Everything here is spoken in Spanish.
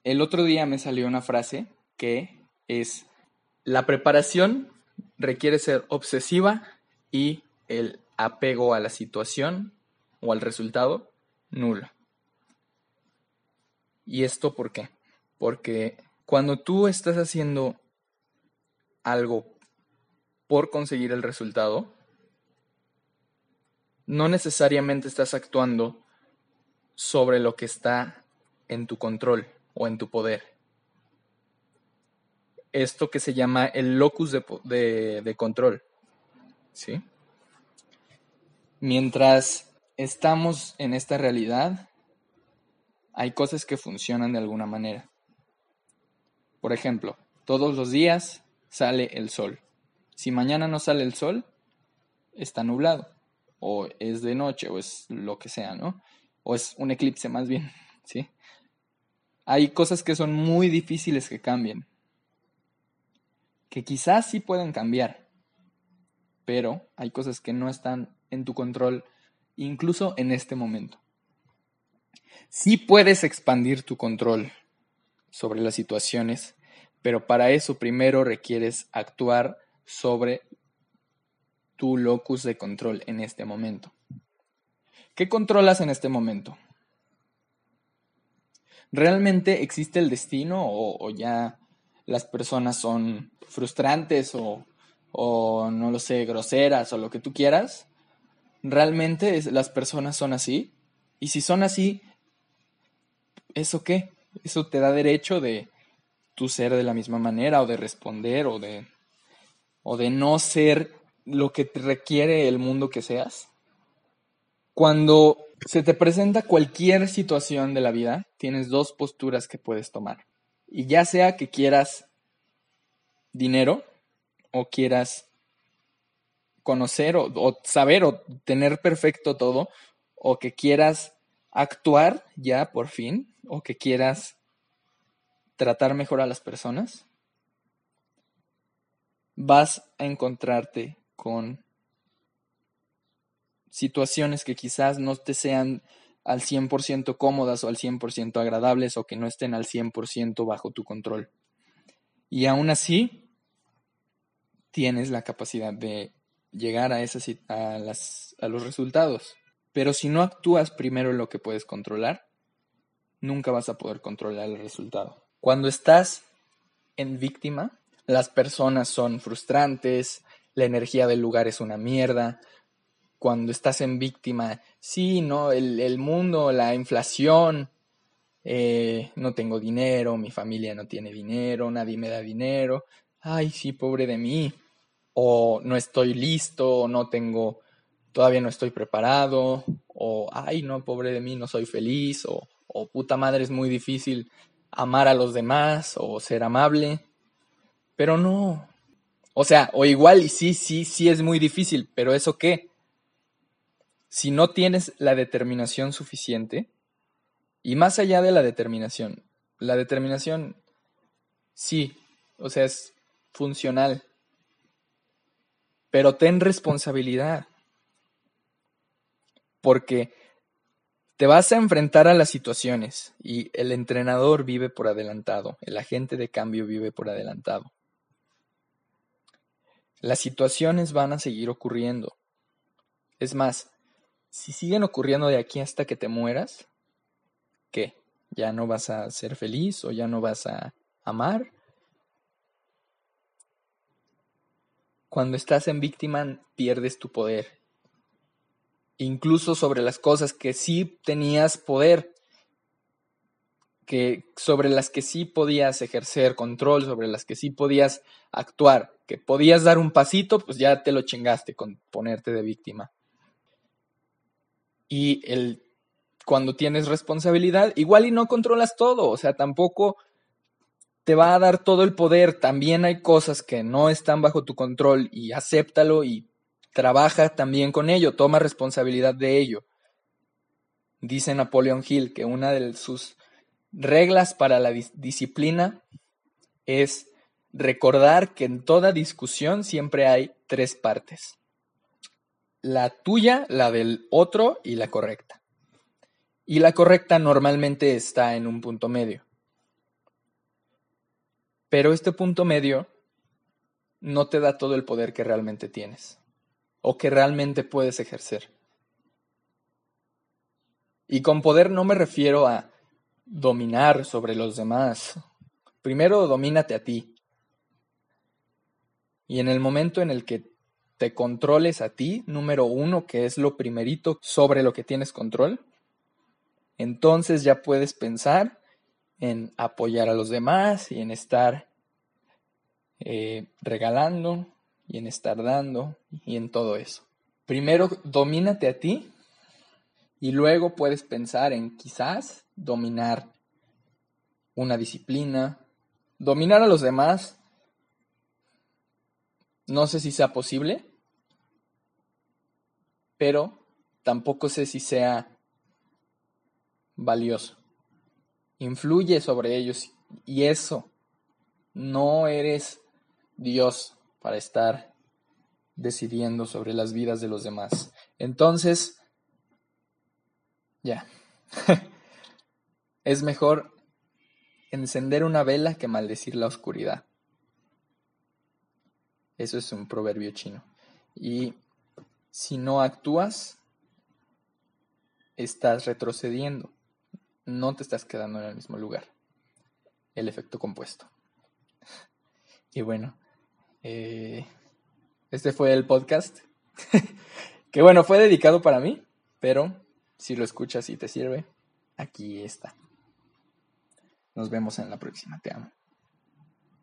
el otro día me salió una frase que es: la preparación requiere ser obsesiva y el apego a la situación o al resultado nulo. ¿Y esto por qué? Porque cuando tú estás haciendo algo por conseguir el resultado, no necesariamente estás actuando sobre lo que está en tu control o en tu poder. Esto que se llama el locus de control, ¿sí? Mientras estamos en esta realidad, hay cosas que funcionan de alguna manera. Por ejemplo, todos los días sale el sol. Si mañana no sale el sol, está nublado, o es de noche, o es lo que sea, ¿no? O es un eclipse más bien, ¿sí? Hay cosas que son muy difíciles que cambien, que quizás sí pueden cambiar, pero hay cosas que no están en tu control, incluso en este momento. Sí puedes expandir tu control sobre las situaciones, pero para eso primero requieres actuar sobre tu locus de control en este momento. ¿Qué controlas en este momento? ¿Realmente existe el destino o ya las personas son frustrantes o no lo sé, groseras o lo que tú quieras? ¿Realmente las personas son así? Y si son así, ¿eso qué? ¿Eso te da derecho de tú ser de la misma manera o de responder o de no ser lo que te requiere el mundo que seas? Cuando se te presenta cualquier situación de la vida, tienes dos posturas que puedes tomar. Y ya sea que quieras dinero o quieras conocer o saber o tener perfecto todo, o que quieras actuar ya por fin, o que quieras tratar mejor a las personas, vas a encontrarte con situaciones que quizás no te sean al 100% cómodas o al 100% agradables o que no estén al 100% bajo tu control. Y aún así, tienes la capacidad de llegar a los resultados. Pero si no actúas primero en lo que puedes controlar, nunca vas a poder controlar el resultado. Cuando estás en víctima, las personas son frustrantes, la energía del lugar es una mierda. Cuando estás en víctima, sí, ¿no? El mundo, la inflación, no tengo dinero, mi familia no tiene dinero, nadie me da dinero, ay, sí, pobre de mí, o no estoy listo, o no tengo, todavía no estoy preparado, o ay, no, pobre de mí, no soy feliz, o puta madre, es muy difícil amar a los demás, o ser amable, pero no, o sea, o igual y sí es muy difícil, pero ¿eso qué? Si no tienes la determinación suficiente, y más allá de la determinación sí, o sea, es funcional, pero ten responsabilidad, porque te vas a enfrentar a las situaciones y el entrenador vive por adelantado, el agente de cambio vive por adelantado. Las situaciones van a seguir ocurriendo. Es más, si siguen ocurriendo de aquí hasta que te mueras, ¿qué? ¿Ya no vas a ser feliz o ya no vas a amar? Cuando estás en víctima, pierdes tu poder. Incluso sobre las cosas que sí tenías poder, sobre las que sí podías ejercer control, sobre las que sí podías actuar, que podías dar un pasito, pues ya te lo chingaste con ponerte de víctima. Y cuando tienes responsabilidad, igual y no controlas todo, o sea, tampoco te va a dar todo el poder. También hay cosas que no están bajo tu control y acéptalo y trabaja también con ello, toma responsabilidad de ello. Dice Napoleon Hill que una de sus reglas para la disciplina es recordar que en toda discusión siempre hay tres partes: la tuya, la del otro y la correcta. Y la correcta normalmente está en un punto medio. Pero este punto medio no te da todo el poder que realmente tienes o que realmente puedes ejercer. Y con poder no me refiero a dominar sobre los demás. Primero domínate a ti. Y en el momento en el que te controles a ti, número uno, que es lo primerito sobre lo que tienes control, entonces ya puedes pensar en apoyar a los demás y en estar regalando y en estar dando y en todo eso. Primero domínate a ti y luego puedes pensar en quizás dominar una disciplina, dominar a los demás. No sé si sea posible, pero tampoco sé si sea valioso. Influye sobre ellos y eso, no eres Dios para estar decidiendo sobre las vidas de los demás. Entonces, ya, es mejor encender una vela que maldecir la oscuridad. Eso es un proverbio chino. Y si no actúas, estás retrocediendo. No te estás quedando en el mismo lugar. El efecto compuesto. Y bueno, este fue el podcast. Que bueno, fue dedicado para mí, pero si lo escuchas y te sirve, aquí está. Nos vemos en la próxima. Te amo.